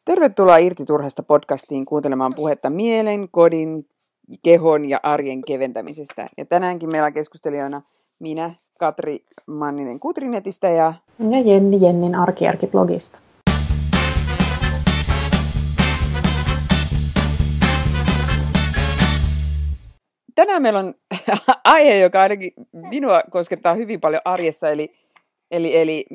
Tervetuloa Irti Turhasta podcastiin kuuntelemaan puhetta mielen, kodin, kehon ja arjen keventämisestä. Ja tänäänkin meillä on keskustelijoina minä, Katri Manninen Kutrinetistä ja Jenni Jennin Arki-blogista. Tänään meillä on aihe, joka ainakin minua koskettaa hyvin paljon arjessa, eli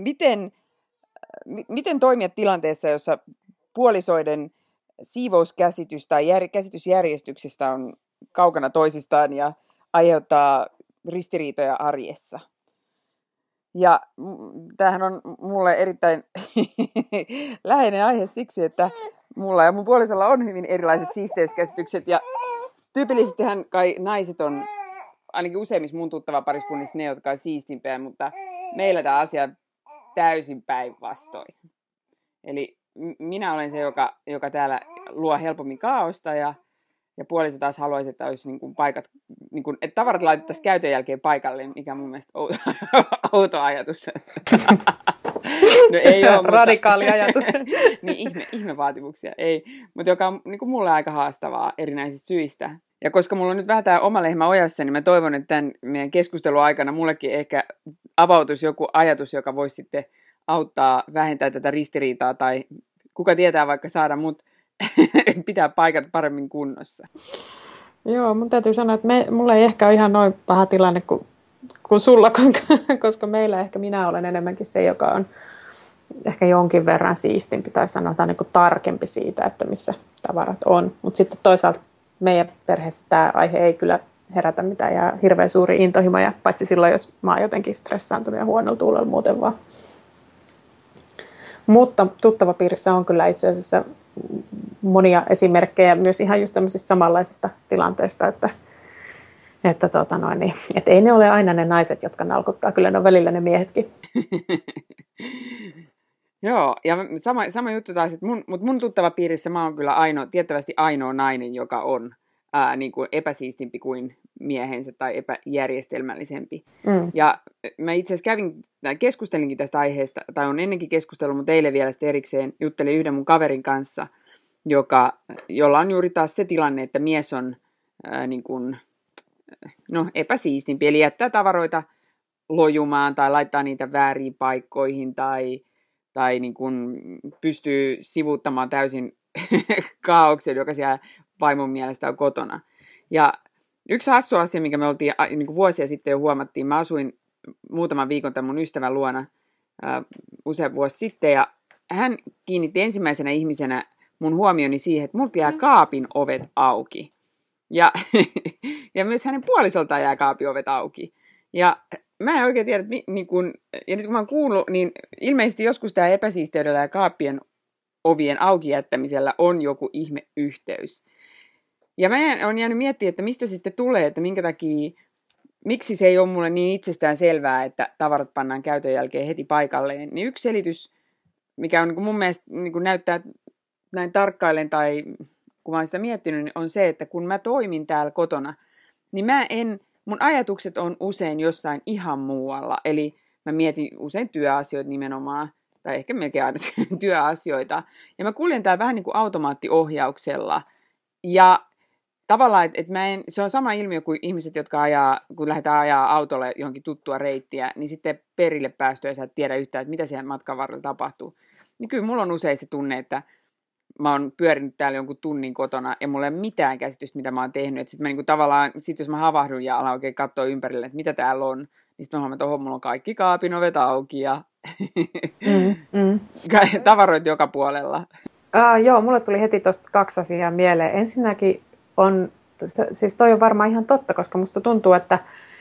miten toimia tilanteessa, jossa puolisoiden siivouskäsitys tai käsitys järjestyksestä on kaukana toisistaan ja aiheuttaa ristiriitoja arjessa. Ja tämähän on mulle erittäin läheinen aihe siksi, että mulla ja mun puolisolla on hyvin erilaiset siisteyskäsitykset ja tyypillisestihän kai naiset on ainakin useimmissa mun tuttava pariskunnissa ne, jotka on siistimpiä, mutta meillä tämä asia täysin päinvastoin. Eli minä olen se, joka täällä luo helpommin kaaosta ja puoliso taas haluaisi, että olisi niin kuin paikat, niin kuin, että tavarat laitettaisiin käytön jälkeen paikalle, mikä on mun mielestä outo ajatus. No ei ole, radikaali ajatus. Niin ihme vaatimuksia, ei. Mutta joka on niin kuin mulle aika haastavaa erinäisistä syistä. Ja koska mulla on nyt vähän tämä oma lehmä ojassa, niin mä toivon, että tämän meidän keskustelun aikana mullekin ehkä avautuisi joku ajatus, joka voisi sitten auttaa vähentää tätä ristiriitaa tai kuka tietää vaikka saada mut pitää paikat paremmin kunnossa. Joo, mun täytyy sanoa, että mulla ei ehkä ole ihan noin paha tilanne kuin sulla, koska meillä ehkä minä olen enemmänkin se, joka on ehkä jonkin verran siistimpi tai sanotaan niin kuin tarkempi siitä, että missä tavarat on. Mutta sitten toisaalta meidän perheessä tämä aihe ei kyllä herätä mitään ja hirveän suuria intohimoja, paitsi silloin, jos mä oon jotenkin stressaantunut ja huonolla tuulella muuten vaan. Mutta tuttavapiirissä on kyllä itse asiassa monia esimerkkejä myös ihan just tämmöisistä samanlaisista tilanteista, että ei ne ole aina ne naiset, jotka nalkuttaa, kyllä ne on välillä ne miehetkin. Joo, ja sama juttu taas, että mun tuttavapiirissä mä oon kyllä tiettävästi ainoa nainen, joka on niin kuin epäsiistimpi kuin miehensä tai epäjärjestelmällisempi. Ja mä itse asiassa keskustelinkin tästä aiheesta, tai on ennenkin keskustellut, mutta eilen vielä sitten erikseen juttelin yhden mun kaverin kanssa, jolla on juuri taas se tilanne, että mies on niin kuin, epäsiistimpi, eli jättää tavaroita lojumaan tai laittaa niitä vääriin paikkoihin tai niin kuin pystyy sivuuttamaan täysin kaaoksen, joka siellä vaimon mielestä on kotona. Ja yksi hassu asia, mikä me oltiin niin kuin vuosia sitten jo huomattiin, mä asuin muutaman viikon tämän mun ystävän luona usein vuosi sitten, ja hän kiinnitti ensimmäisenä ihmisenä mun huomioni siihen, että multa jää kaapin ovet auki. Ja, ja myös hänen puolisoltaan jää kaapin ovet auki. Ja mä en oikein tiedä, ja nyt kun mä oon kuullut, niin ilmeisesti joskus tämä epäsiisteydellä ja kaapien ovien auki jättämisellä on joku ihme yhteys. Ja mä oon jäänyt miettimään, että mistä sitten tulee, että miksi se ei ole mulle niin itsestään selvää, että tavarat pannaan käytön jälkeen heti paikalleen. Niin yksi selitys, mikä on niin kuin mun mielestä niin kuin näyttää näin tarkkailen tai kun mä oon sitä miettinyt, niin on se, että kun mä toimin täällä kotona, niin mun ajatukset on usein jossain ihan muualla. Eli mä mietin usein työasioita nimenomaan, tai ehkä melkein aina työasioita. Ja mä kuljen täällä vähän niin kuin automaattiohjauksella. Ja tavallaan, että se on sama ilmiö kuin ihmiset, jotka kun lähdetään ajaa autolla johonkin tuttua reittiä, niin sitten perille päästyä ja sä et tiedä yhtään, että mitä siellä matkan varrella tapahtuu. Niin kyllä mulla on usein se tunne, että mä oon pyörinyt täällä jonkun tunnin kotona ja mulla ei ole mitään käsitystä, mitä mä oon tehnyt. Sitten mä niinku tavallaan, jos mä havahdun ja alan oikein katsoa ympärille, että mitä täällä on, niin sitten mä huomaan, että mulla on kaikki kaapin ovet auki ja tavaroit joka puolella. Joo, mulle tuli heti tuosta 2 asiaa mieleen. Ensinnäkin siis toi on varmaan ihan totta, koska musta tuntuu, että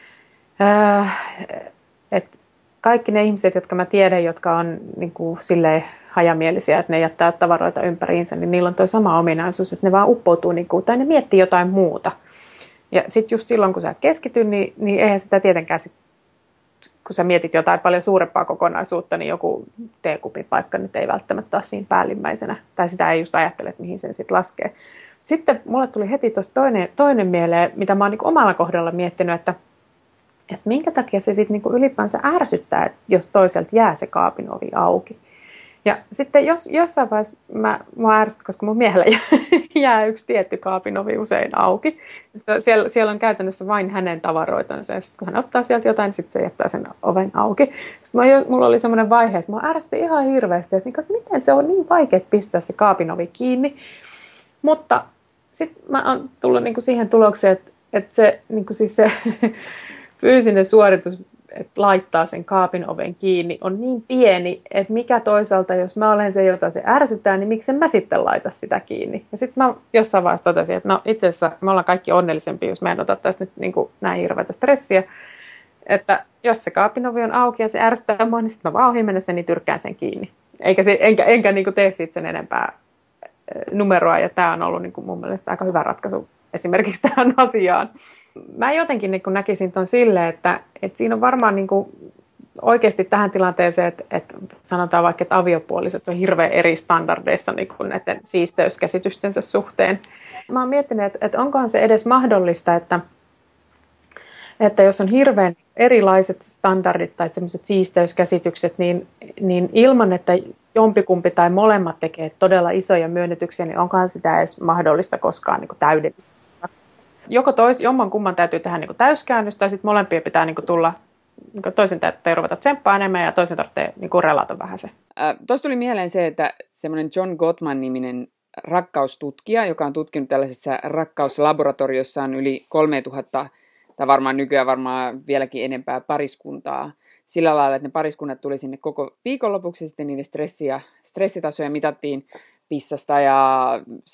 kaikki ne ihmiset, jotka mä tiedän, jotka on niin kuin silleen hajamielisiä, että ne jättää tavaroita ympäriinsä, niin niillä on toi sama ominaisuus, että ne vaan uppoutuu tai ne miettii jotain muuta. Ja sitten just silloin, kun sä et keskity, niin eihän sitä tietenkään, kun sä mietit jotain paljon suurempaa kokonaisuutta, niin joku teekupin paikka nyt ei välttämättä ole siinä päällimmäisenä. Tai sitä ei just ajattele, että mihin sen sitten laskee. Sitten mulle tuli heti tuosta toinen mieleen, mitä mä oon niin omalla kohdalla miettinyt, että minkä takia se sitten niin ylipäänsä ärsyttää, jos toiselta jää se kaapin ovi auki. Ja sitten jossain vaiheessa mua ärsytti, koska mun miehellä jää yksi tietty kaapin ovi usein auki. Siellä on käytännössä vain hänen tavaroitansa ja sitten kun hän ottaa sieltä jotain, niin sitten se jättää sen oven auki. Sitten mulla oli semmoinen vaihe, että mua ärsytti ihan hirveästi, että miten se on niin vaikea pistää se kaapin ovi kiinni. Mutta sitten mä oon tullut niinku siihen tulokseen, että se, niinku siis se fyysinen suoritus, että laittaa sen kaapin oven kiinni, on niin pieni, että mikä toisaalta, jos mä olen se, jota se ärsyttää, niin miksi mä sitten laita sitä kiinni. Ja sitten mä jossain vaiheessa totesin, että no itse asiassa me ollaan kaikki onnellisempia, jos mä en ota tässä nyt niin kuin näin hirveätä stressiä. Että jos se kaapin ovi on auki ja se ärsyttää mua, niin sitten mä vaan ohi mennessä niin tyrkkään sen kiinni. Enkä niin kuin tee siitä sen enempää numeroa, ja tämä on ollut niin kuin mun mielestä aika hyvä ratkaisu esimerkiksi tähän asiaan. Mä jotenkin niin näkisin tuon silleen, että siinä on varmaan niin kuin oikeasti tähän tilanteeseen, että sanotaan vaikka, että aviopuolisot on hirveän eri standardeissa niin kuin näiden siisteyskäsitystensä suhteen. Mä oon miettinyt, että onkohan se edes mahdollista, että jos on hirveän erilaiset standardit tai sellaiset siisteyskäsitykset, niin ilman, että jompikumpi tai molemmat tekee todella isoja myönnytyksiä, niin onkohan sitä edes mahdollista koskaan niin kuin täydellisesti. Jomman kumman täytyy tehdä niin kuin täyskäännös, tai sitten molempia pitää niin kuin tulla, niin kuin toisen täytyy ruveta tsemppaa enemmän ja toisen tarvitsee niin kuin relata vähän se. Tuosta tuli mieleen se, että semmoinen John Gottman-niminen rakkaustutkija, joka on tutkinut tällaisessa rakkauslaboratoriossa on yli 3000, tai varmaan nykyään vieläkin enempää pariskuntaa, sillä lailla, että ne pariskunnat tuli sinne koko viikonlopuksi, sitten niiden stressitasoja mitattiin pissasta ja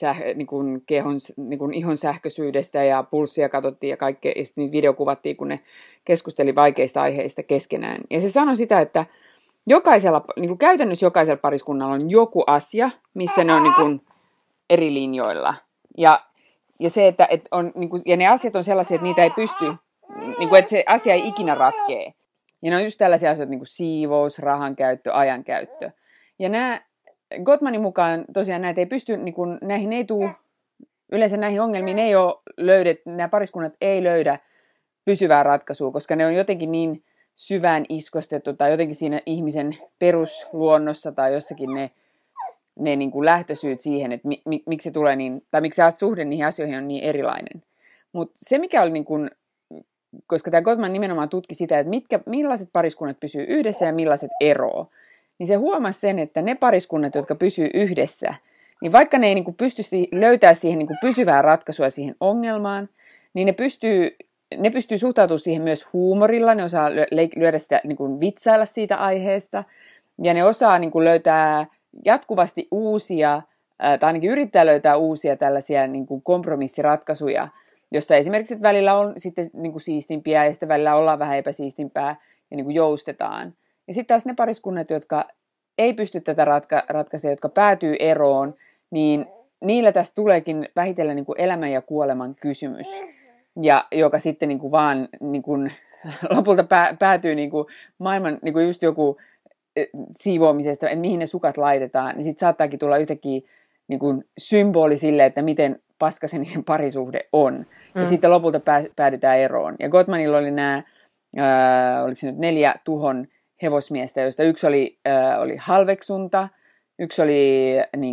ihon sähköisyydestä ja pulssia katsottiin ja kaikkea, ja sitten niitä videokuvattiin, kun ne keskusteli vaikeista aiheista keskenään. Ja se sanoi sitä, että käytännössä jokaisella pariskunnalla on joku asia, missä ne on eri linjoilla. Ja se, että on, ja ne asiat on sellaisia, että niitä ei pysty, että se asia ei ikinä ratkee. Ja ne on just tällaisia asioita, niin kuin siivous, rahankäyttö, ajankäyttö. Ja nämä Gottmanin mukaan tosiaan näitä ei pysty, näihin ei tule, yleensä näihin ongelmiin ei ole löydetty, nämä pariskunnat ei löydä pysyvää ratkaisua, koska ne on jotenkin niin syvään iskostettu tai jotenkin siinä ihmisen perusluonnossa tai jossakin ne lähtösyyt siihen, että miksi se tulee niin, tai miksi se suhde niihin asioihin on niin erilainen. Mutta se, mikä oli koska tämä Gottman nimenomaan tutki sitä, että millaiset pariskunnat pysyy yhdessä ja millaiset eroo, niin se huomasi sen, että ne pariskunnat, jotka pysyy yhdessä, niin vaikka ne ei pysty löytää siihen pysyvää ratkaisua siihen ongelmaan, niin ne pystyy suhtautumaan siihen myös huumorilla, ne osaa lyödä sitä, vitsailla siitä aiheesta, ja ne osaa löytää jatkuvasti uusia, tai ainakin yrittää löytää uusia tällaisia kompromissiratkaisuja, jossa esimerkiksi välillä on sitten siistimpiä ja sitten välillä ollaan vähän epäsiistimpää ja joustetaan. Ja sitten taas ne pariskunnat, jotka ei pysty tätä ratkaisemaan, jotka päätyy eroon, niin niillä tästä tuleekin vähitellen elämän ja kuoleman kysymys, ja joka sitten vaan lopulta päätyy maailman just joku siivoamisesta, että mihin ne sukat laitetaan, niin sitten saattaakin tulla yhtäkkiä symboli sille, että miten paska se niiden parisuhde on. Ja sitten lopulta päädytään eroon. Ja Gottmanilla oli nämä, oliko se nyt 4 tuhon hevosmiestä, joista yksi oli halveksunta, yksi oli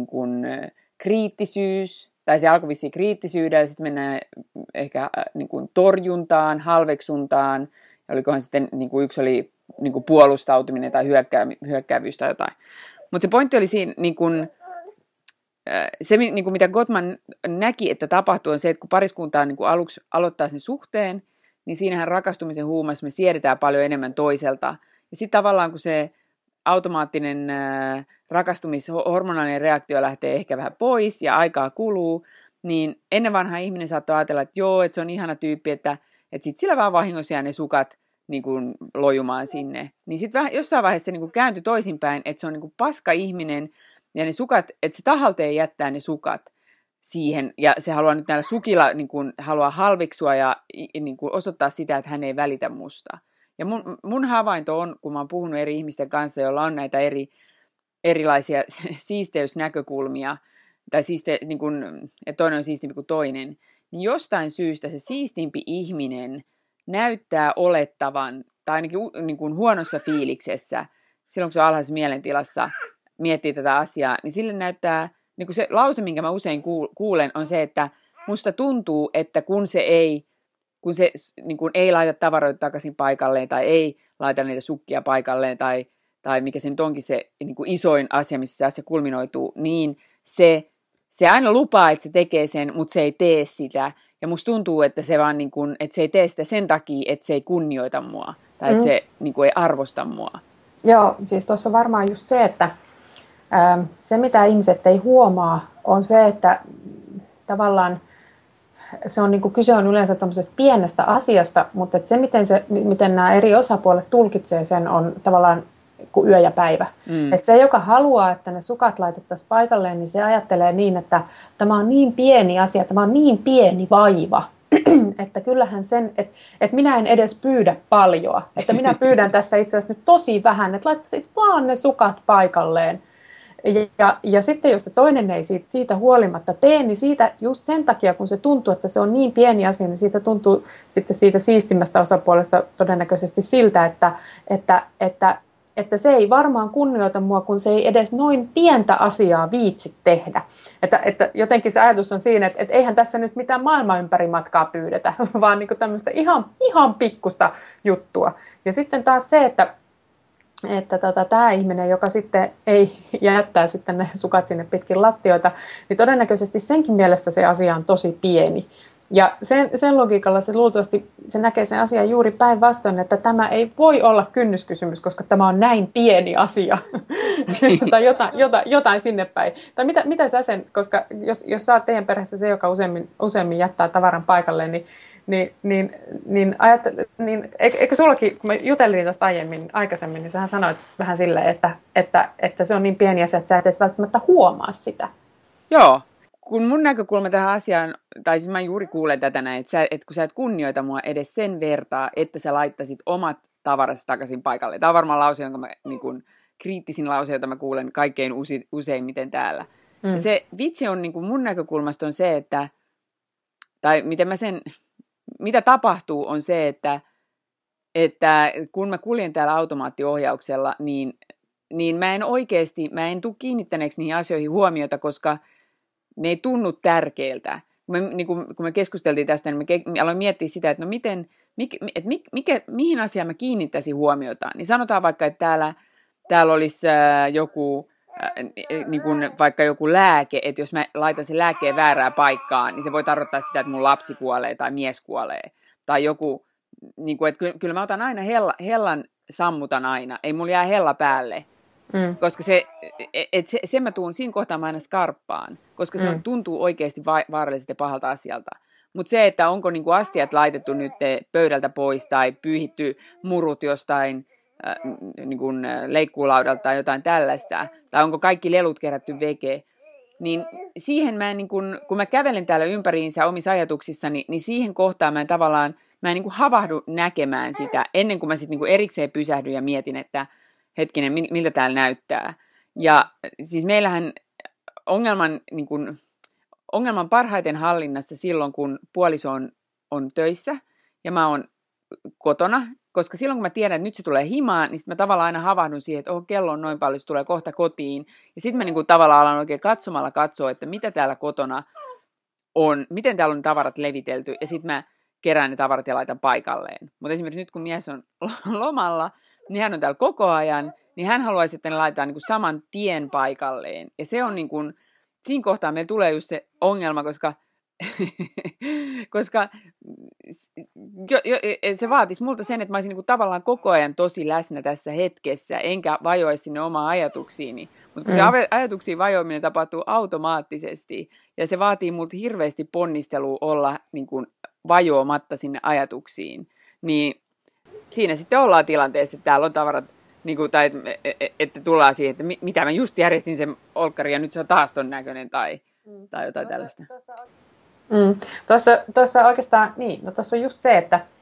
kriittisyys, tai se alkoi vissiin kriittisyydellä, sitten mennään ehkä torjuntaan, halveksuntaan, ja olikohan sitten yksi oli puolustautuminen tai hyökkäävyys tai jotain. Mutta se pointti oli siinä, se mitä Gottman näki, että tapahtuu, on se, että kun pariskunta aluksi aloittaa sen suhteen, niin siinähän rakastumisen huumassa me siedetään paljon enemmän toiselta. Ja sitten tavallaan, kun se automaattinen rakastumishormonaalinen reaktio lähtee ehkä vähän pois ja aikaa kuluu, niin ennen vanhaa ihminen saattoi ajatella, että joo, että se on ihana tyyppi, että sitten sillä vaan vahingossa jää ne sukat lojumaan sinne. Niin sitten jossain vaiheessa se kääntyi toisinpäin, että se on paska ihminen, ja ne sukat, että se tahalteen jättää ne sukat siihen, ja se haluaa nyt näillä sukilla haluaa halveksua ja osoittaa sitä, että hän ei välitä musta. Ja mun havainto on, kun mä oon puhunut eri ihmisten kanssa, joilla on näitä erilaisia siisteysnäkökulmia, tai että toinen on siistimpi kuin toinen, niin jostain syystä se siistimpi ihminen näyttää olettavan, tai ainakin huonossa fiiliksessä, silloin kun se on alhaisessa mielentilassa, miettii tätä asiaa, niin sille näyttää, niin kuin se lause, minkä mä usein kuulen, on se, että musta tuntuu, että kun se niin kuin ei laita tavaroita takaisin paikalleen tai ei laita niitä sukkia paikalleen tai mikä se nyt onkin se niin kuin isoin asia, missä se asia kulminoituu, niin se aina lupaa, että se tekee sen, mutta se ei tee sitä. Ja musta tuntuu, että se vaan niin kuin, että se ei tee sitä sen takia, että se ei kunnioita mua tai että se niin kuin ei arvosta mua. Joo, siis tuossa on varmaan just se, että se mitä ihmiset ei huomaa on se, että tavallaan se on, niin kuin, kyse on yleensä tämmöisestä pienestä asiasta, mutta että miten nämä eri osapuolet tulkitsee sen on tavallaan kuin yö ja päivä. Että se, joka haluaa, että ne sukat laitettaisiin paikalleen, niin se ajattelee niin, että tämä on niin pieni asia, tämä on niin pieni vaiva, että kyllähän sen, että minä en edes pyydä paljoa, että minä pyydän tässä itse asiassa nyt tosi vähän, että laittaisit vaan ne sukat paikalleen. Ja sitten jos se toinen ei siitä huolimatta tee, niin siitä just sen takia, kun se tuntuu, että se on niin pieni asia, niin siitä tuntuu sitten siitä siistimmästä osapuolesta todennäköisesti siltä, että se ei varmaan kunnioita mua, kun se ei edes noin pientä asiaa viitsi tehdä. Että jotenkin se ajatus on siinä, että eihän tässä nyt mitään maailman ympäri matkaa pyydetä, vaan niin kuin tämmöistä ihan pikkusta juttua. Ja sitten taas se, että tämä ihminen, joka sitten ei jättää sitten ne sukat sinne pitkin lattioita, niin todennäköisesti senkin mielestä se asia on tosi pieni. Ja sen logiikalla se luultavasti se näkee sen asian juuri päinvastoin, että tämä ei voi olla kynnyskysymys, koska tämä on näin pieni asia. Tai jotain sinne päin. Tai mitä sä sen, koska jos sä oot teidän perheessä se, joka useammin jättää tavaran paikalle, niin eikö sullakin, kun mä jutelin tästä aikaisemmin, niin sähän sanoit vähän silleen, että se on niin pieni asia, että sä et edes välttämättä huomaa sitä. Joo. Kun mun näkökulma tähän asiaan, tai siis mä juuri kuulen tätä näin, että kun sä et kunnioita mua edes sen vertaa, että sä laittaisit omat tavarasi takaisin paikalle. Tämä on varmaan lause, jonka niin kun, kriittisin lause, jota mä kuulen kaikkein useimmiten täällä. Ja se vitsi on niin kun mun näkökulmasta on se, että, tai mitä tapahtuu on se, että kun mä kuljen täällä automaattiohjauksella, niin mä en tule kiinnittäneeksi niihin asioihin huomiota, koska ne ei tunnu tärkeiltä. Kun me keskusteltiin tästä, niin mä aloin miettiä sitä, että no mihin asiaan mä kiinnittäisin huomiota. Niin sanotaan vaikka, että täällä olisi vaikka joku lääke, että jos mä laitan sen lääkkeen väärään paikkaan, niin se voi tarkoittaa sitä, että mun lapsi kuolee tai mies kuolee. Tai joku, niin kuin, että kyllä mä otan aina hellan sammutan aina, ei mulla jää hella päälle. Koska sen mä tuun siinä kohtaa mä aina skarppaan, koska se tuntuu oikeasti vaaralliselta ja pahalta asialta. Mutta se, että onko niinku astiat laitettu nyt pöydältä pois tai pyyhitty murut jostain niinku leikkuulaudalta tai jotain tällaista, tai onko kaikki lelut kerätty veke, niin siihen mä en, niin kun mä kävelen täällä ympäriinsä omissa ajatuksissani, niin siihen kohtaan mä en niin havahdu näkemään sitä, ennen kuin mä sitten niin erikseen pysähdyn ja mietin, että hetkinen, miltä täällä näyttää. Ja siis meillähän ongelman parhaiten hallinnassa silloin, kun puoliso on töissä ja mä oon kotona, koska silloin kun mä tiedän, että nyt se tulee himaan, niin sitten mä tavallaan aina havahdun siihen, että kello on noin paljon, se tulee kohta kotiin. Ja sitten mä tavallaan alan oikein katsomalla katsoa, että mitä täällä kotona on, miten täällä on tavarat levitelty, ja sitten mä kerään ne tavarat ja laitan paikalleen. Mutta esimerkiksi nyt kun mies on lomalla, niin hän on täällä koko ajan, niin hän haluaisi, että ne laitetaan niin kuin saman tien paikalleen. Ja se on niin kuin, siinä kohtaa meillä tulee just se ongelma, koska se vaatisi multa sen, että mä olisin niin kuin tavallaan koko ajan tosi läsnä tässä hetkessä, enkä vajoisi sinne omaan ajatuksiini. Mutta kun se ajatuksiin vajoaminen tapahtuu automaattisesti, ja se vaatii multa hirveästi ponnistelua olla niin kuin vajoamatta sinne ajatuksiin, niin siinä sitten ollaan tilanteessa, että täällä on tavarat, niin kuin, tai että tullaan siihen, että mitä mä just järjestin sen olkkari ja nyt se on taas ton näköinen tai jotain tällaista. Tuossa oikeastaan, tuossa on just se,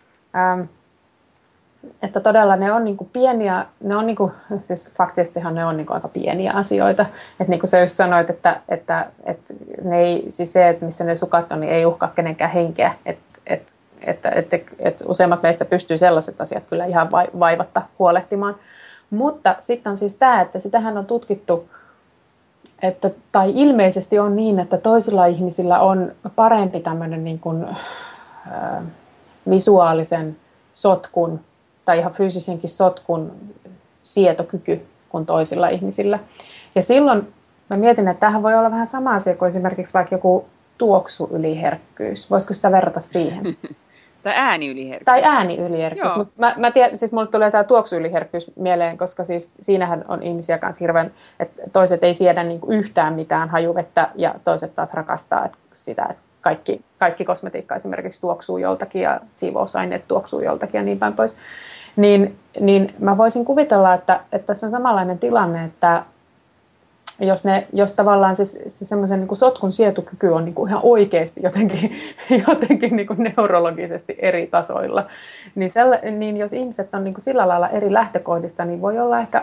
että todella ne on niinku pieniä, ne on niinku, siis faktisestihan ne on niinku aika pieniä asioita. Että niin kuin sä just sanoit, että ne ei, siis se, että missä ne sukat on, niin ei uhkaa kenenkään henkeä. Että useimmat meistä pystyy sellaiset asiat kyllä ihan vaivatta huolehtimaan. Mutta sitten on siis tämä, että sitähän on tutkittu tai ilmeisesti on niin, että toisilla ihmisillä on parempi tämmöinen niin kuin, visuaalisen sotkun tai ihan fyysisenkin sotkun sietokyky kuin toisilla ihmisillä. Ja silloin mä mietin, että tämähän voi olla vähän sama asia kuin esimerkiksi vaikka joku tuoksuyliherkkyys. Voisiko sitä verrata siihen? Tai ääniyliherkkyys. Tai ääniyliherkkyys. Mä tiedän, siis mulle tulee tämä tuoksuyliherkkyys mieleen, koska siis siinähän on ihmisiä kanssa hirveän, että toiset ei siedä niinku yhtään mitään hajuvettä ja toiset taas rakastaa sitä, että kaikki kosmetiikka esimerkiksi tuoksuu joltakin ja siivousaineet tuoksuu joltakin ja niin päin pois. Niin mä voisin kuvitella, että tässä on samanlainen tilanne, että jos tavallaan se semmoisen niin sotkun sietokyky on niin kuin ihan oikeasti jotenkin niin kuin neurologisesti eri tasoilla, niin jos ihmiset on niin kuin sillä lailla eri lähtökohdista, niin voi olla ehkä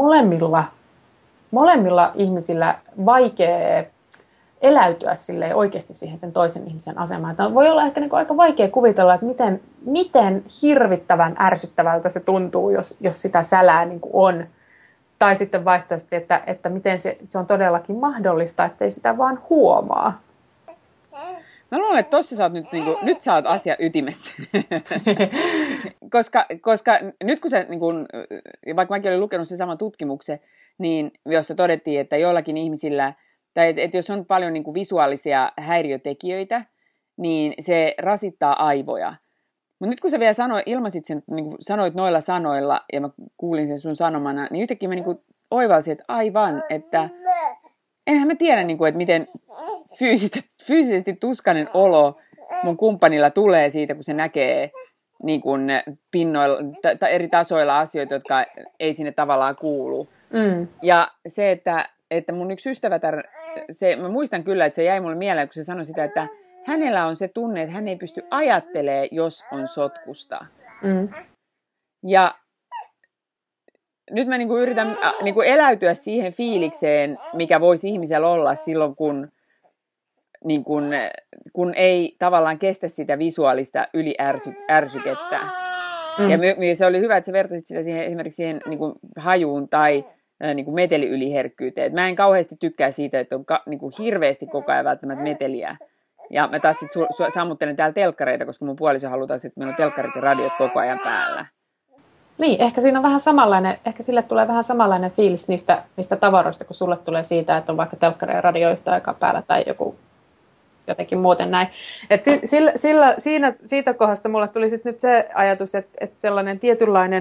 molemmilla ihmisillä vaikea eläytyä silleen oikeasti siihen sen toisen ihmisen asemaan. Että voi olla ehkä niin kuin aika vaikea kuvitella, että miten hirvittävän ärsyttävältä se tuntuu, jos sitä sälää niin kuin on. Tai sitten vaihtoehtoisesti, että miten se on todellakin mahdollista, ettei sitä vaan huomaa. Mä luulen, että tossa sä oot nyt sä oot asia ytimessä. koska nyt kun sä, vaikka mäkin olin lukenut sen saman tutkimuksen, niin jossa todettiin, että joillakin ihmisillä, tai että jos on paljon visuaalisia häiriötekijöitä, niin se rasittaa aivoja. Mutta nyt kun sä vielä ilmaisit sen, sanoit noilla sanoilla, ja mä kuulin sen sun sanomana, niin yhtäkkiä mä oivalsin, että aivan, että enhän mä tiedä, että miten fyysisesti tuskainen olo mun kumppanilla tulee siitä, kun se näkee pinnoilla tai eri tasoilla asioita, jotka ei sinne tavallaan kuulu. Mm. Ja se, että mun yksi ystävätär, mä muistan kyllä, että se jäi mulle mieleen, kun se sanoi sitä, että hänellä on se tunne, että hän ei pysty ajattelemaan, jos on sotkusta. Mm. Ja nyt mä yritän eläytyä siihen fiilikseen, mikä voisi ihmisellä olla silloin, kun ei tavallaan kestä sitä visuaalista yliärsykettä. Mm. Ja se oli hyvä, että sä vertaisit sitä esimerkiksi siihen hajuun tai meteliyliherkkyyteen. Mä en kauheasti tykkää siitä, että on hirveästi koko ajan välttämättä meteliä. Ja mä taas sitten sammuttelen täällä telkkareita, koska mun puoliso halutaan, että meillä on telkkarit ja radiot koko ajan päällä. Niin, ehkä siinä on vähän samanlainen, ehkä sille tulee vähän samanlainen fiilis niistä tavaroista, kun sulle tulee siitä, että on vaikka telkkari ja radio yhtä aikaa päällä tai joku jotenkin muuten näin. Et siitä kohdasta mulle tuli sit nyt se ajatus, että sellainen tietynlainen,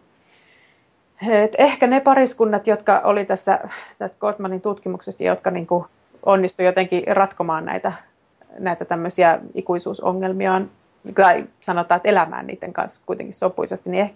että ehkä ne pariskunnat, jotka oli tässä Gottmanin tutkimuksessa, jotka onnistui jotenkin ratkomaan näitä tämmöisiä ikuisuusongelmiaan, tai sanotaan, että elämään niiden kanssa kuitenkin sopuisesti, niin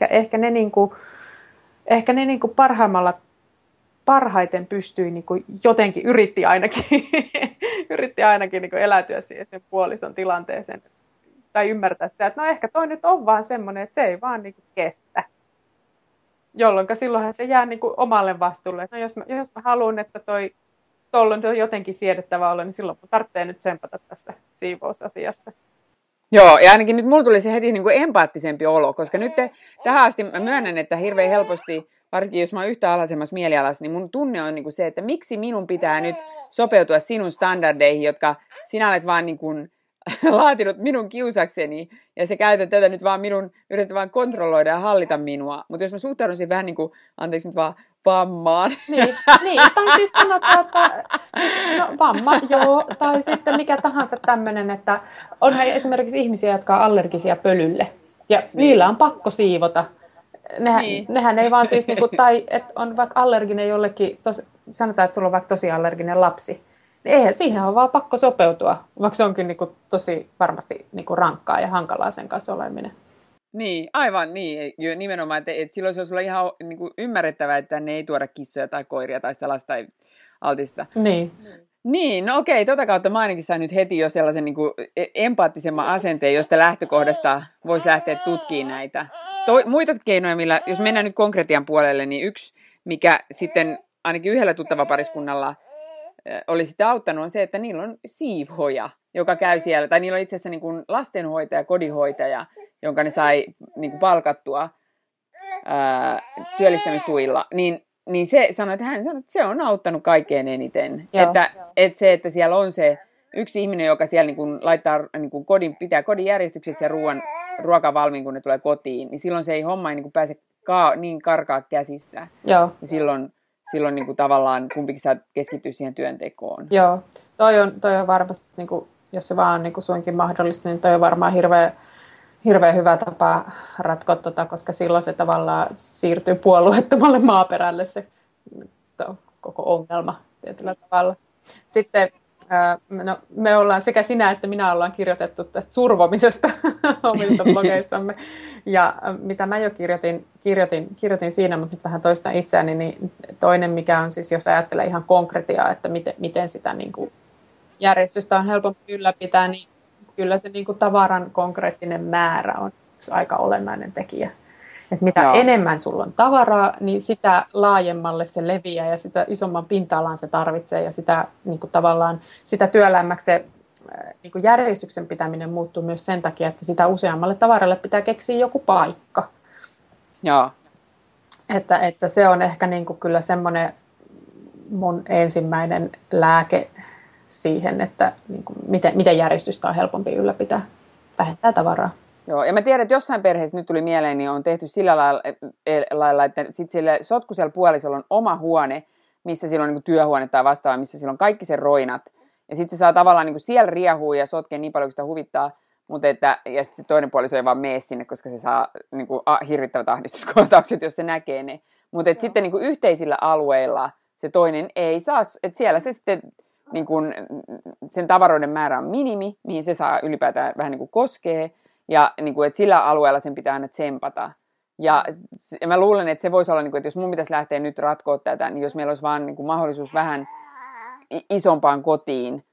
ehkä ne parhaiten pystyi jotenkin yritti ainakin eläytyä siihen sen puolison tilanteeseen tai ymmärtää sitä, että no ehkä toi nyt on vaan semmoinen, että se ei vaan kestä. Jolloin silloinhan se jää omalle vastuulle. No jos mä haluan, että tuolla on jotenkin siedettävä olla, niin silloin mun tarvitsee nyt tsempata tässä siivousasiassa. Joo, ja ainakin nyt mulla tuli se heti empaattisempi olo, koska nyt tähän asti mä myönnän, että hirveän helposti, varsinkin jos mä oon yhtä alhaisemmassa mielialassa, niin mun tunne on se, että miksi minun pitää nyt sopeutua sinun standardeihin, jotka sinä olet vaan laatinut minun kiusakseni, ja se käytät tätä nyt vaan yrität vaan kontrolloida ja hallita minua. Mutta jos mä suhtaudun siihen vähän anteeksi nyt vaan, vammaan. Niin, tai siis sanotaan, että vamma, joo, tai sitten mikä tahansa tämmöinen, että onhan esimerkiksi ihmisiä, jotka on allergisia pölylle, ja niillä on pakko siivota. Nehän ei vaan siis, tai että on vaikka allerginen jollekin, sanotaan, että sulla on vaikka tosi allerginen lapsi, niin eihän siihen on vaan pakko sopeutua, vaikka se onkin tosi varmasti rankkaa ja hankalaa sen kanssa oleminen. Niin, aivan niin. Nimenomaan, että silloin se on sulla ihan ymmärrettävää, että ne ei tuoda kissoja tai koiria tai sitä lasta tai altista. Niin, no okei, tota kautta mä ainakin sain nyt heti jo sellaisen empaattisemman asenteen, josta lähtökohdasta voisi lähteä tutkimaan näitä. Muita keinoja, millä, jos mennään nyt konkretian puolelle, niin yksi, mikä sitten ainakin yhdellä tuttavapariskunnalla oli sitten auttanut, on se, että niillä on siivhoja, joka käy siellä, tai niillä on itse asiassa lastenhoitaja, kodinhoitaja, jonka ne sai palkattua työllistämistuilla, niin niin hän sanoi, että se on auttanut kaikkein eniten. Että se, että siellä on se yksi ihminen, joka siellä niin kun laittaa niin kun pitää kodin järjestyksessä ja ruoka valmiin, kun ne tulee kotiin, niin silloin se ei homma ei niin kun pääse niin karkaa käsistä. Joo. Ja silloin niin kuin tavallaan kumpikin saa keskittyä siihen työntekoon. Joo, toi on varmasti, niin kuin, jos se vaan on niin kuin suinkin mahdollista, niin toi on varmaan hirveän hyvä tapa ratkoa koska silloin se tavallaan siirtyy puolueettomalle maaperälle se koko ongelma tietyllä tavalla. Sitten me ollaan, sekä sinä että minä ollaan kirjoitettu tästä survomisesta omissa blogeissamme. Ja mitä mä jo kirjoitin siinä, mutta nyt vähän toista itseäni, niin toinen mikä on siis, jos ajattelee ihan konkretiaa, että miten sitä niin kuin järjestystä on helpompi ylläpitää, niin kyllä se niin kuin tavaran konkreettinen määrä on yksi aika olennainen tekijä. Että mitä enemmän sulla on tavaraa, niin sitä laajemmalle se leviää ja sitä isomman pinta-alan se tarvitsee ja sitä, niin kuin tavallaan, sitä työlämmäksi se niin kuin järjestyksen pitäminen muuttuu myös sen takia, että sitä useammalle tavaralle pitää keksiä joku paikka. Joo. Että se on ehkä niin kuin kyllä semmoinen mun ensimmäinen lääke siihen, että niin kuin miten järjestystä on helpompi ylläpitää, vähentää tavaraa. Joo, ja mä tiedän, että jossain perheessä nyt tuli mieleen, niin on tehty sillä lailla, että sitten sille sotkusella puolisolla on oma huone, missä sillä on niin kuin työhuone tai vastaava, missä sillä on kaikki sen roinat. Ja sitten se saa tavallaan niin kuin siellä riehua ja sotkea niin paljon, kun sitä huvittaa, ja sitten toinen puoliso ei vaan mene sinne, koska se saa niin kuin hirvittävät ahdistuskohtaukset, jos se näkee ne. Mutta sitten niin kuin yhteisillä alueilla se toinen ei saa, että siellä se sitten niin kuin, sen tavaroiden määrä on minimi, mihin se saa ylipäätään vähän niin kuin koskee. Ja niin kuin, että sillä alueella sen pitää aina tsempata. Ja mä luulen, että se voisi olla, niin kuin, että jos mun pitäisi lähteä nyt ratkoa tätä, niin jos meillä olisi vaan niin kuin mahdollisuus vähän isompaan kotiin,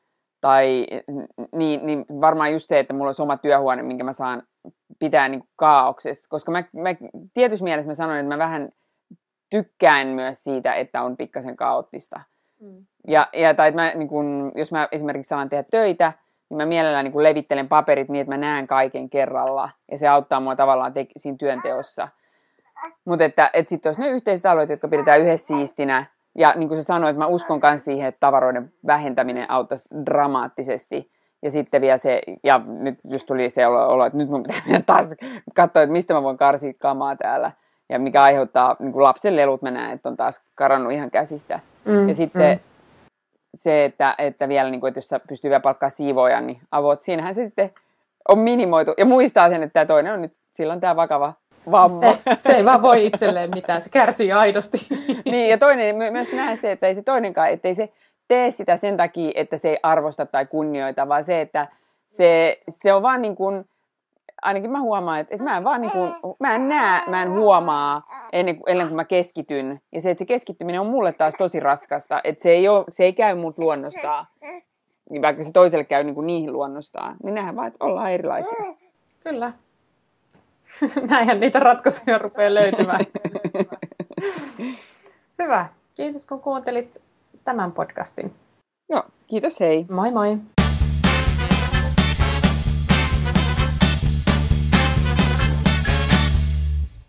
niin varmaan just se, että mulla olisi oma työhuone, minkä mä saan pitää niin kuin kaaoksessa. Koska mä tietyssä mielessä mä sanoin, että mä vähän tykkään myös siitä, että on pikkasen kaoottista. Tai että mä, niin kuin, jos mä esimerkiksi saan tehdä töitä, niin mä mielellään niin kuin levittelen paperit niin, että mä näen kaiken kerralla. Ja se auttaa mua tavallaan siinä työnteossa. Mutta että sitten olisi ne yhteiset alueet, jotka pidetään yhdessä siistinä. Ja niin kuin sä sanoit, mä uskon myös siihen, että tavaroiden vähentäminen auttaisi dramaattisesti. Ja sitten vielä se, ja nyt just tuli se olo, että nyt mun pitää taas katsoa, että mistä mä voin karsia kamaa täällä. Ja mikä aiheuttaa, niin kuin lapsen lelut mä näen, että on taas karannut ihan käsistä. Ja sitten se, että vielä, niin kuin, että jos sä pystyy vielä palkkaa siivoojan, niin avot, siinähän se sitten on minimoitu. Ja muistaa sen, että tämä toinen on nyt, silloin tämä vakava vamma. Se ei vaan voi itselleen mitään, se kärsii aidosti. Niin, ja toinen myös nähdä se, että ei se toinenkaan, ettei se tee sitä sen takia, että se ei arvosta tai kunnioita, vaan se, että se on vaan niin kuin, ainakin mä huomaan, että mä en vaan niin kuin, mä en huomaa ennen kuin mä keskityn. Ja se, että se keskittyminen on mulle taas tosi raskasta, että se ei käy mut luonnostaan. Niin vaikka se toiselle käy niin kuin niihin luonnostaan, niin nähdään vaan, että ollaan erilaisia. Kyllä. Näinhän niitä ratkaisuja rupeaa löytymään. Hyvä. Kiitos kun kuuntelit tämän podcastin. Joo, kiitos, hei. Moi moi.